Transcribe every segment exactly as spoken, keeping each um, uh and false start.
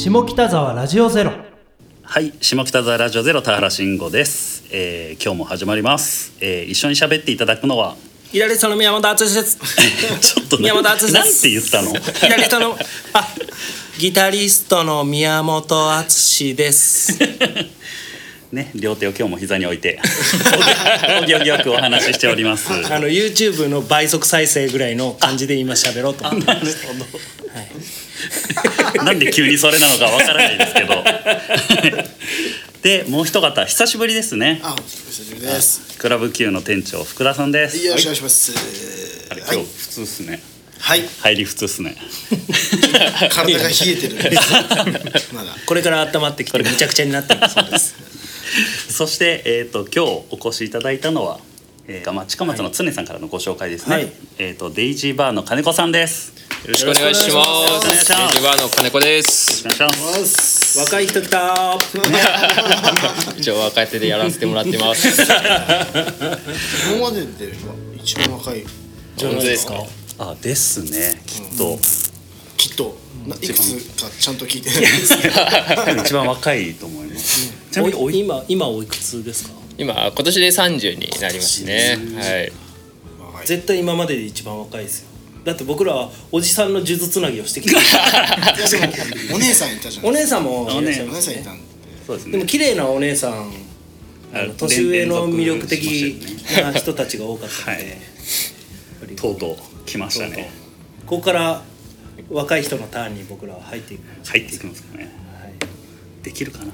下北沢ラジオゼロ。 はい、下北沢ラジオゼロ田原慎吾です、えー、今日も始まります、えー、一緒に喋っていただくのはギタリストの宮本敦ですちょっと宮本敦です。 なんて言ったのギタリストのあギタリストの宮本敦ですね、両手を今日も膝に置いておぎおぎよくお話ししておりますあの YouTube の倍速再生ぐらいの感じで今喋ろうと思って。 なるほど、はい、なんで急にそれなのかわからないですけどでもう一方久しぶりですね。 あ、久しぶりです。 クラブ Q の店長福田さんです。 よろしくお願いします、 あれ今日普通っすね。 はい、 入り普通っすね体が冷えてるまだこれから温まってきてめちゃくちゃになってるそうですそして、えー、と今日お越しいただいたのは、えーまあ、近松の常さんからのご紹介ですね、はいえー、とデイジーバーの金子さんです。 よろしくお願いします。デイジーバーの金子です。 お願いします。 若い人来た一応若手でやらせてもらってます今までで一番若いじゃないですか。 あですね、きっと、うん、 きっといくつかちゃんと聞いてないですけど一番若いと思います、うん、ちなみにお今今おいくつですか？ 今今年でさんじゅうになりますね。 はい、絶対今までで一番若いですよ。だって僕らはおじさんの数珠つなぎをしてきてお姉さんいたじゃん。 お姉さんもいらっしゃいますね。お姉さんいたんで。 そうですね。 でも綺麗なお姉さん、あの年上の魅力的な人たちが多かったので、はい、 とうとう来ましたね。 ここから若い人のターンに僕らは入っていく入っていくんですかね、はい、できるかな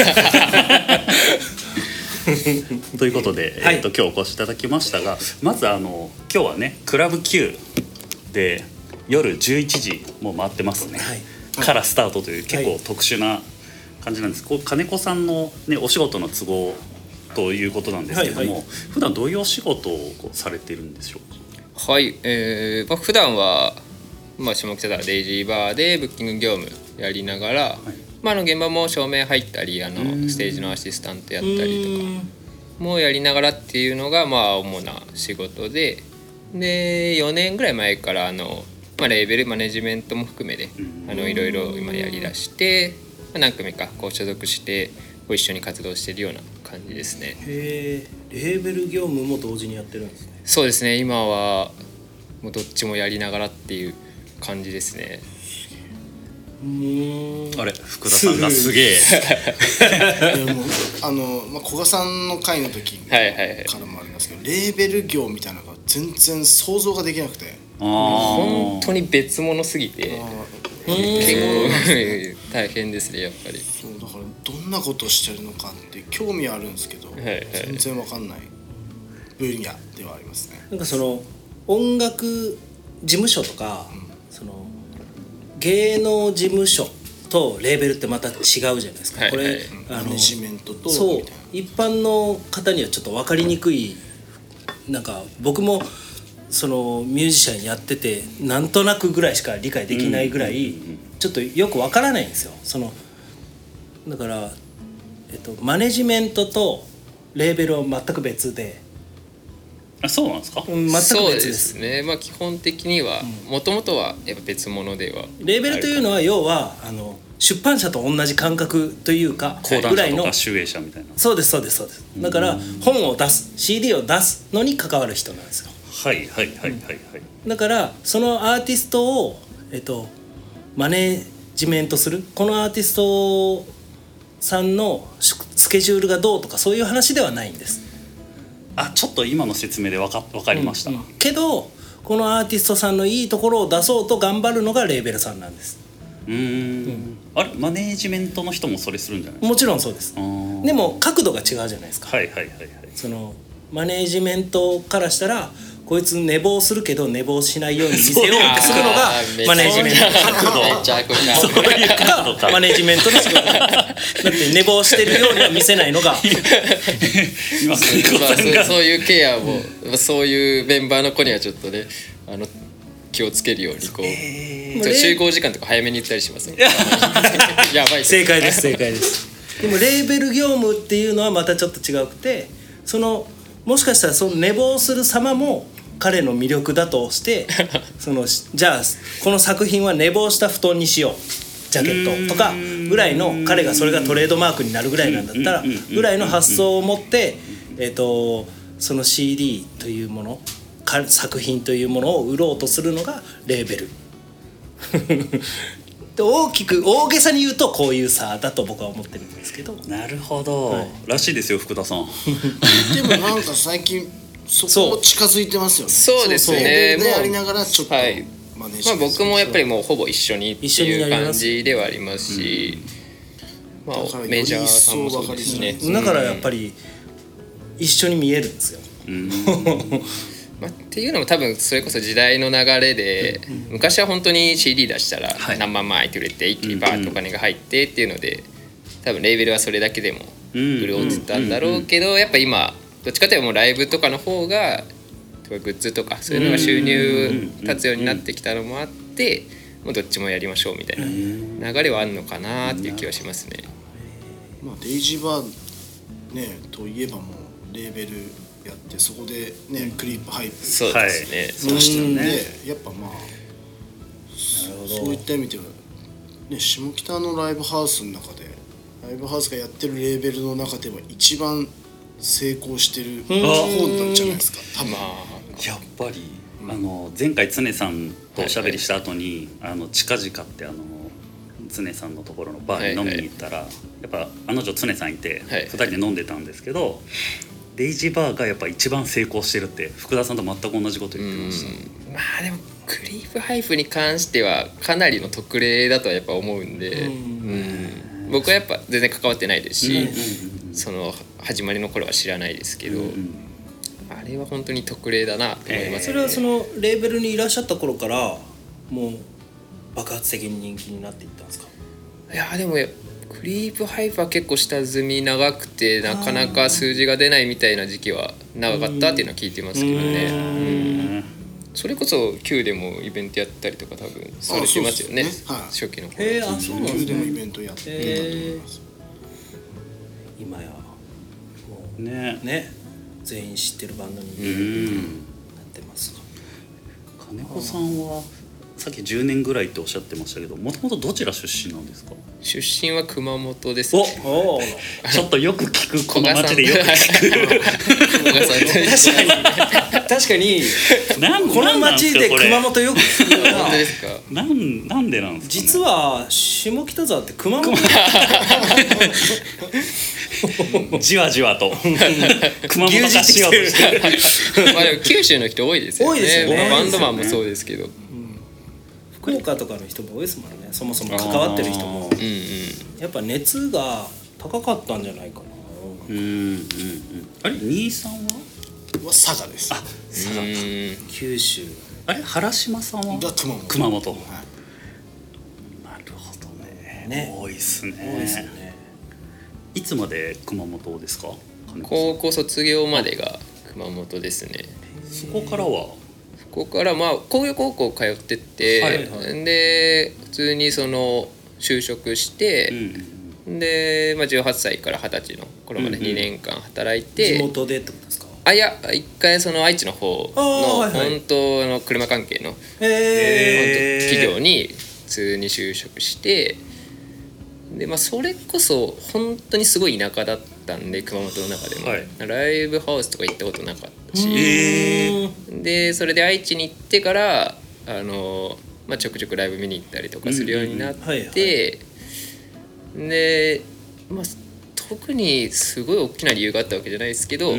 ということで、はいえー、と今日お越しいただきましたが、まずあの今日はねクラブ Q で夜じゅういちじもう回ってますね、はい、からスタートという結構特殊な感じなんです、はい、こう金子さんの、ね、お仕事の都合ということなんですけども、はいはい、普段どういうお仕事をこうされてるんでしょうか？ はい、えーまあ、普段は、まあ、下北沢デイジーバーでブッキング業務やりながら、はいまあ、あの現場も照明入ったりあのステージのアシスタントやったりとかもやりながらっていうのがまあ主な仕事で、でよねんぐらい前からあの、まあ、レーベルマネジメントも含めてあのいろいろ今やりだして、まあ、何組かこう所属してご一緒に活動しているような感じですね。 へー、レーベル業務も同時にやってるんですね。 そうですね、今はもうどっちもやりながらっていう感じですね。 うーんあれ福田さんがすげえでもあの、まあ、古賀さんの回の時からもありますけど、レーベル業みたいなのが全然想像ができなくて、 あ本当に別物すぎて結構大変ですねやっぱり。 そうだからどんなことをしてるのかって興味あるんですけど、はいはい、全然わかんない分野ではありますね。 なんかその音楽事務所とか、うん、その芸能事務所とレーベルってまた違うじゃないですか、はいはい、これマネジメントとそう一般の方にはちょっと分かりにくい、なんか僕もそのミュージシャンやっててなんとなくぐらいしか理解できないぐらいちょっとよく分からないんですよ。そのだから、えっと、マネジメントとレーベルは全く別で。 あ、そうなんですか？ 全く別です。 そうですね、まあ、基本的にはもともとはやっぱ別物ではレーベルというのは要はあの出版社と同じ感覚というかぐらいの集英社みたいな。 そうですそうですそうです。だから本を出す シーディー を出すのに関わる人なんですよ。 はいはいはいはいはい、 うん、だからそのアーティストを、えっと、マネジメントする、このアーティストさんのスケジュールがどうとかそういう話ではないんです。 あ、ちょっと今の説明で分か、分かりました、うんうん、 けどこのアーティストさんのいいところを出そうと頑張るのがレーベルさんなんです。 うーん、うん、あれマネージメントの人もそれするんじゃないですか？ もちろんそうです。でも角度が違うじゃないですか。 はいはいはいはい。 そのマネージメントからしたらこいつ寝坊するけど寝坊しないように見せようってするのがマネージメント角度がマネージメントの仕事だって寝坊してるようには見せないのが今そうそういうケアも、うん、そういうメンバーの子にはちょっとねあの気をつけるようにこう、えー、集合時間とか早めに言ったりしますやばい正解です正解ですでもレーベル業務っていうのはまたちょっと違くて、そのもしかしたらその寝坊する様も彼の魅力だとしてそのじゃあこの作品は寝坊した布団にしようジャケットとかぐらいの、彼がそれがトレードマークになるぐらいなんだったらぐらいの発想を持って、えーとその シーディー というもの、作品というものを売ろうとするのがレーベルで大きく大げさに言うとこういう差だと僕は思ってるんですけど。 なるほど、はい、らしいですよ福田さんでもなんか最近そこも近づいてますよね。 そうですね。 レーベルでやりながらちょっと、はい、 まあ、僕もやっぱりもうほぼ一緒にっていう感じではありますし、うん、まあメジャーさんもそうですね。 だからやっぱり一緒に見えるんですよ、うんまあ、っていうのも多分それこそ時代の流れで、うん、昔は本当に シーディー 出したら何万枚売れて一気にバーッとお金が入ってっていうので、多分レーベルはそれだけでも潤ってたんだろうけど、やっぱ今どっちかというともうライブとかの方がグッズとかそういうのが収入立つようになってきたのもあって、もうどっちもやりましょうみたいな流れはあるのかなっていう気はしますね。 まあ、デイジーバーねといえばもうレーベルやってそこでねクリープハイプそうですね、 そうしてるんで、やっぱまあそういった意味ではね、下北のライブハウスの中でライブハウスがやってるレーベルの中では一番成功してる方なんじゃないですか多分。 やっぱり、うん、あの前回常さんとおしゃべりした後に、はいはい、あの近々ってあの常さんのところのバーに飲みに行ったら、はいはい、やっぱあの女常さんいて、はい、ふたりで飲んでたんですけど、デイジーバーがやっぱ一番成功してるって福田さんと全く同じこと言ってました。 まあでもクリープハイプに関してはかなりの特例だとはやっぱ思うんで、うんうん、僕はやっぱ全然関わってないですし、うん、その始まりの頃は知らないですけど、うん、あれは本当に特例だなと思います、ね。 それはそのレーベルにいらっしゃった頃からもう爆発的に人気になっていったんですか？ いやでもクリープハイプは結構下積み長くてなかなか数字が出ないみたいな時期は長かったっていうのは聞いてますけどね。うん、それこそ Q でもイベントやったりとか多分されてますよね、はい、初期の頃。 へえ、あ、そうなんですね。 Q でもイベントやってたと思います。 今やもうねね全員知ってるバンドになってますが、 金子さんはさっきじゅうねんぐらいっておっしゃってましたけど、もともとどちら出身なんですか？ 出身は熊本です、ね、 おおちょっとよく聞くこの町でよく聞く確かに確かにこの町で熊本よく聞く本当ですか？ なんなんでなんですかね。 実は下北沢って熊本じわじわと熊本がしようとしてるまあでも九州の人多いですよね。 多いですよね。 バンドマンもそうですけど、 福岡とかの人も多いですもんね。そもそも関わってる人も、うんうん、やっぱ熱が高かったんじゃないかな。 うんうんうん。あれ兄さんは？ は佐賀です。 あ、佐賀。 九州。 あれ原島さんは？ 熊本。 熊本。はい、なるほどね。 ね、 多いですね。 多いですね。 いつまで熊本ですか？ 高校卒業までが熊本ですね。 そこからは？ ここからまあ工業高校通ってって、はいはい、で普通にその就職して、うん、で、まあ、じゅうはっさいからはたちの頃までにねんかん働いて、 うんうん、地元でってことですか？ あ、いや一回その愛知の方の本当の車関係の企業に普通に就職して、で、まあ、それこそ本当にすごい田舎だったんで熊本の中でも、はい、ライブハウスとか行ったことなかったし、でそれで愛知に行ってからあの、まあ、ちょくちょくライブ見に行ったりとかするようになって、で、まあ、特にすごい大きな理由があったわけじゃないですけど、うんうん、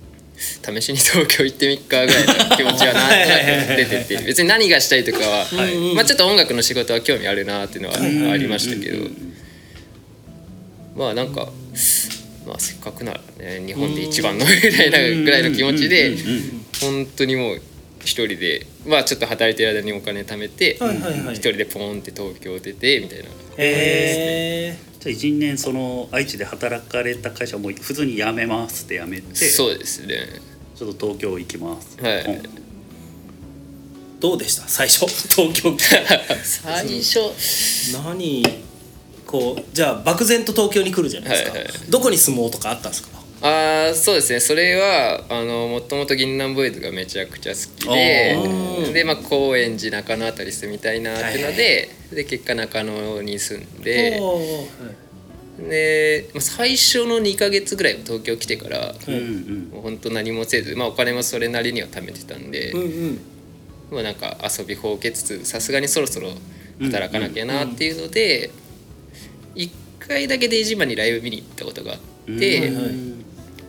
試しに東京行ってみっかぐらいの気持ちはなんとなく出てて別に何がしたいとかは、はい、まあ、ちょっと音楽の仕事は興味あるなっていうのはありましたけど、まあなんか、まあ、せっかくならね日本で一番のぐらいなぐらいの気持ちで本当にもう一人で、まあ、ちょっと働いてる間にお金貯めて一人でポンって東京出てみたいな。 へー、じゃあいちねんその愛知で働かれた会社も普通に辞めますって辞めて、 そうですね、 ちょっと東京行きます、 はい、うん、 どうでした最初東京最初何こうじゃあ漠然と東京に来るじゃないですか、はいはい、どこに住もうとかあったんですか？ ああそうですね、それはあのもともと銀杏ボーイズがめちゃくちゃ好きで、で、まあ、高円寺中野あたり住みたいなっていうので、はいはい、で結果中野に住んで、で最初のにかげつぐらい東京来てから、うん、もう本当何もせず、まあ、お金もそれなりには貯めてたんで、うんうん、まあ、なんか遊びほうけつつさすがにそろそろ働かなきゃなっていうので、いっかいだけデイジーバーにライブ見に行ったことがあって、うん、はい、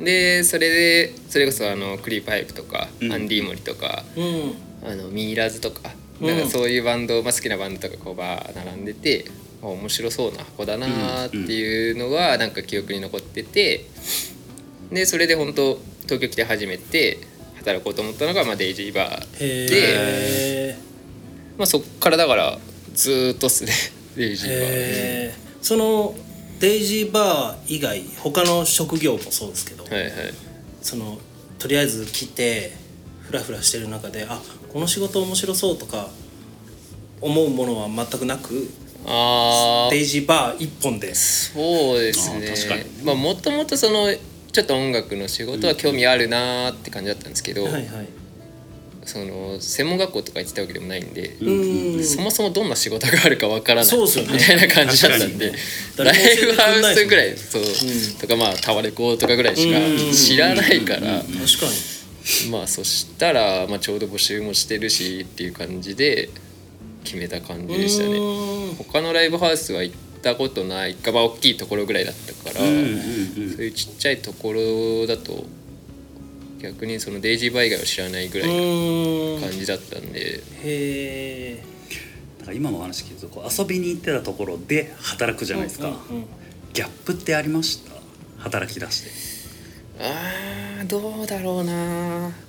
でそれでそれこそあのクリープハイプとか、うん、アンディモリとか、うん、あのミイラズとか、なんかそういうバンド、まあ、好きなバンドとかこうバー並んでて、面白そうな箱だなっていうのがなんか記憶に残ってて、でそれで本当東京来て初めて働こうと思ったのが、まあ、デイジーバーで、まあ、そっからだからずっとっすねデイジーバーで。 そのデイジーバー以外他の職業もそうですけど、はいはい、そのとりあえず来てフラフラしてる中で、あ、この仕事面白そうとか思うものは全くなく、あデイジーバー一本で。 そうですね、確かに、まあ、もともとそのちょっと音楽の仕事は興味あるなって感じだったんですけど、うん、はいはい、その専門学校とか行ってたわけでもないんで、うん、そもそもどんな仕事があるかわからないみたいな感じだったんで、ライブハウスぐらいそう、うん、とかまあタワレコとかぐらいしか知らないから、うんうん、確かに、まあそしたら、まあ、ちょうど募集もしてるしっていう感じで決めた感じでしたね。他のライブハウスは行ったことないか、まあ、大きいところぐらいだったから、うんうんうん、そういうちっちゃいところだと逆にそのデイジーバー以外は知らないぐらいな感じだったんで。 へー、なんか今の話聞くとこう遊びに行ってたところで働くじゃないですか、うんうんうん、ギャップってありました？働き出して。 あー、どうだろうな、う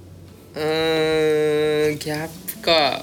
ーん、ギャップか。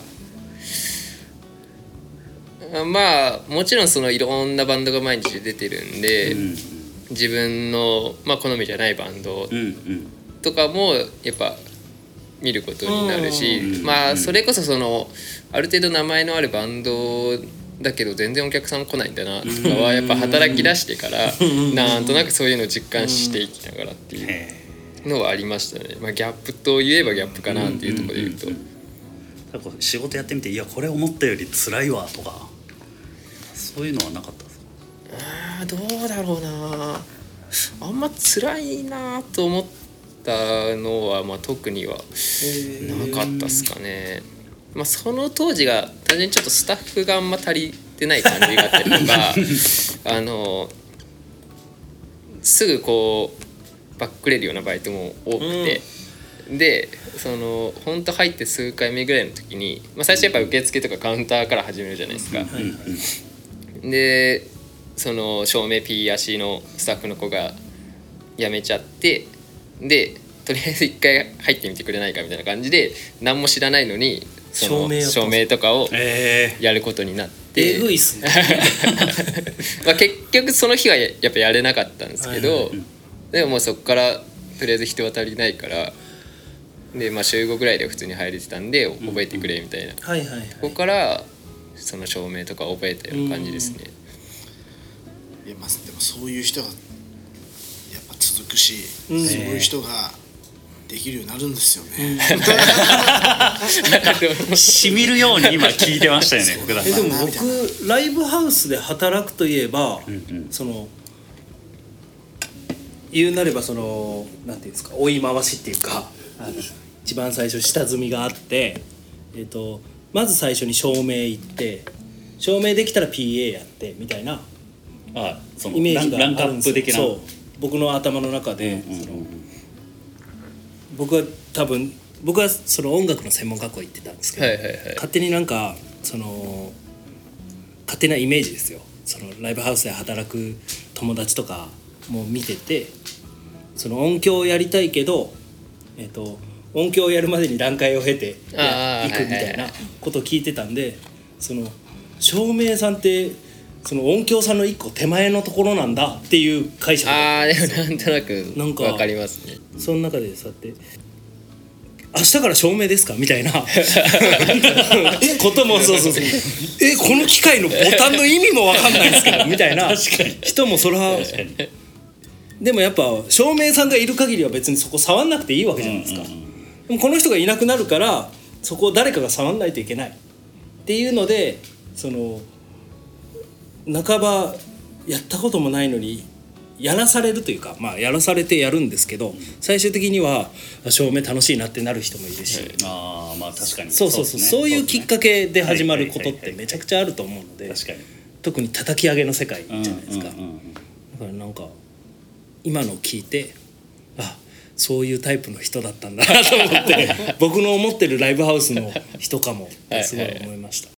まあもちろんそのいろんなバンドが毎日出てるんで、うん、自分の、まあ、好みじゃないバンドとかもやっぱ見ることになるし、うん、まあそれこそそのある程度名前のあるバンドだけど全然お客さん来ないんだなとかはやっぱ働き出してからなんとなくそういうのを実感していきながらっていうのはありましたね。まあギャップといえばギャップかなっていうところで言うと、 なんか仕事やってみて、いやこれ思ったより辛いわとかそういうのはなかったですか？ あー、どうだろうな、あんま辛いなと思ったのは、まあ、特にはなかったですかね。まあ、その当時が単純にちょっとスタッフがあんま足りてない感じがあったりとかあのすぐこうバックれるようなバイトも多くて、うん、でその本当入って数回目ぐらいの時に、まあ、最初やっぱ受付とかカウンターから始めるじゃないですか、うんはいはい、でその照明 P 足のスタッフの子が辞めちゃって、でとりあえず一回入ってみてくれないかみたいな感じで何も知らないのにその照明とかをやることになって、 えぐいっすねまあ結局その日はやっぱやれなかったんですけど、はいはいはい、でももうそこからとりあえず人は足りないからで、まあ、週ごぐらいで普通に入れてたんで覚えてくれみたいな、うんうんはいはいはい、ここからその照明とか覚えたような感じですね。 いや、まあ、でもそういう人がやっぱ続くし、うん、そういう人ができるようになるんですよね、 うん、しみるように今聞いてましたよね福田さん。 えでも僕ライブハウスで働くといえば、うんうん、その言うなればそのなんていうんですか、追い回しっていうか、あの一番最初下積みがあって、えーと、まず最初に照明行って照明できたら ピーエー やってみたいなあそのイメージがあるんですよ。 ランクアップ的な。そう僕の頭の中で、うんうんうん、その僕は多分僕はその音楽の専門学校行ってたんですけど、はいはいはい、勝手になんかその勝手なイメージですよ。そのライブハウスで働く友達とかも見てて、その音響をやりたいけど、えーと、音響をやるまでに段階を経て行くみたいなことを聞いてたんで、その照明さんってその音響さんの一個手前のところなんだっていう解釈だったんですよ。ああ、でもなんとなくなんか分かりますね。 その中でそうやって明日から照明ですかみたいなこともそうそうそうえこの機械のボタンの意味も分かんないですけどみたいな人もそれはでもやっぱ照明さんがいる限りは別にそこ触んなくていいわけじゃないですか、うんうんうん、でもこの人がいなくなるからそこを誰かが触んないといけないっていうので、その半ばやったこともないのにやらされるというか、まあやらされてやるんですけど、最終的には照明楽しいなってなる人もいるし、 ああまあ確かにそうそうそう、そういうきっかけで始まることってめちゃくちゃあると思うので、 確かに特に叩き上げの世界じゃないですか、 うんうんうんうん、 だからなんか今の聞いて、あ、そういうタイプの人だったんだなと思って僕の思ってるライブハウスの人かもってすごい思いました。